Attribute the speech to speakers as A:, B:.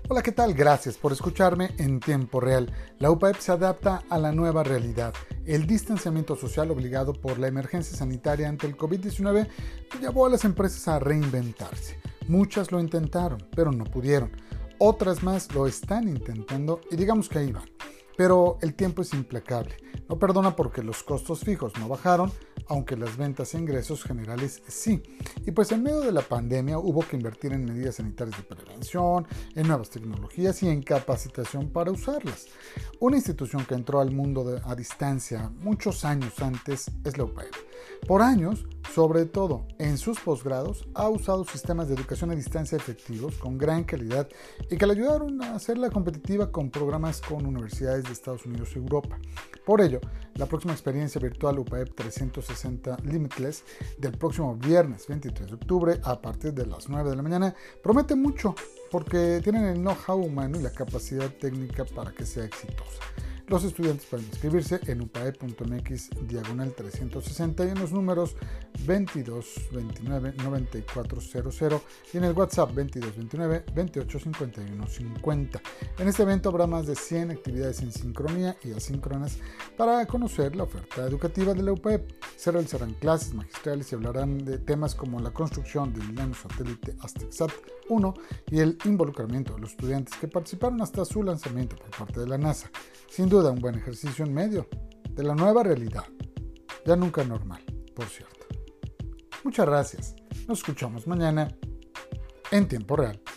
A: Hola, ¿qué tal? Gracias por escucharme en tiempo real. La UPAEP se adapta a la nueva realidad. El distanciamiento social obligado por la emergencia sanitaria ante el COVID-19 llevó a las empresas a reinventarse. Muchas lo intentaron, pero no pudieron. Otras más lo están intentando y digamos que ahí van. Pero el tiempo es implacable. No perdona porque los costos fijos no bajaron, aunque las ventas e ingresos generales sí. Y pues en medio de la pandemia hubo que invertir en medidas sanitarias de prevención, en nuevas tecnologías y en capacitación para usarlas. Una institución que entró al mundo a distancia muchos años antes es la UPAEP. Por años, sobre todo en sus posgrados, ha usado sistemas de educación a distancia efectivos, con gran calidad y que le ayudaron a hacerla competitiva con programas con universidades de Estados Unidos y Europa. Por ello, la próxima experiencia virtual UPAEP 360 Limitless del próximo viernes 23 de octubre a partir de las 9 de la mañana promete mucho porque tienen el know-how humano y la capacidad técnica para que sea exitosa. Los estudiantes pueden inscribirse en upaep.mx/360 y en los números 22 29 9400 y en el WhatsApp 22 29 28 51 50. En este evento habrá más de 100 actividades en sincronía y asíncronas para conocer la oferta educativa de la UPAEP. Se realizarán clases magistrales y hablarán de temas como la construcción del nanosatélite Aztec 1 y el involucramiento de los estudiantes que participaron hasta su lanzamiento por parte de la NASA. Sin duda, un buen ejercicio en medio de la nueva realidad, ya nunca normal, por cierto. Muchas gracias. Nos escuchamos mañana en tiempo real.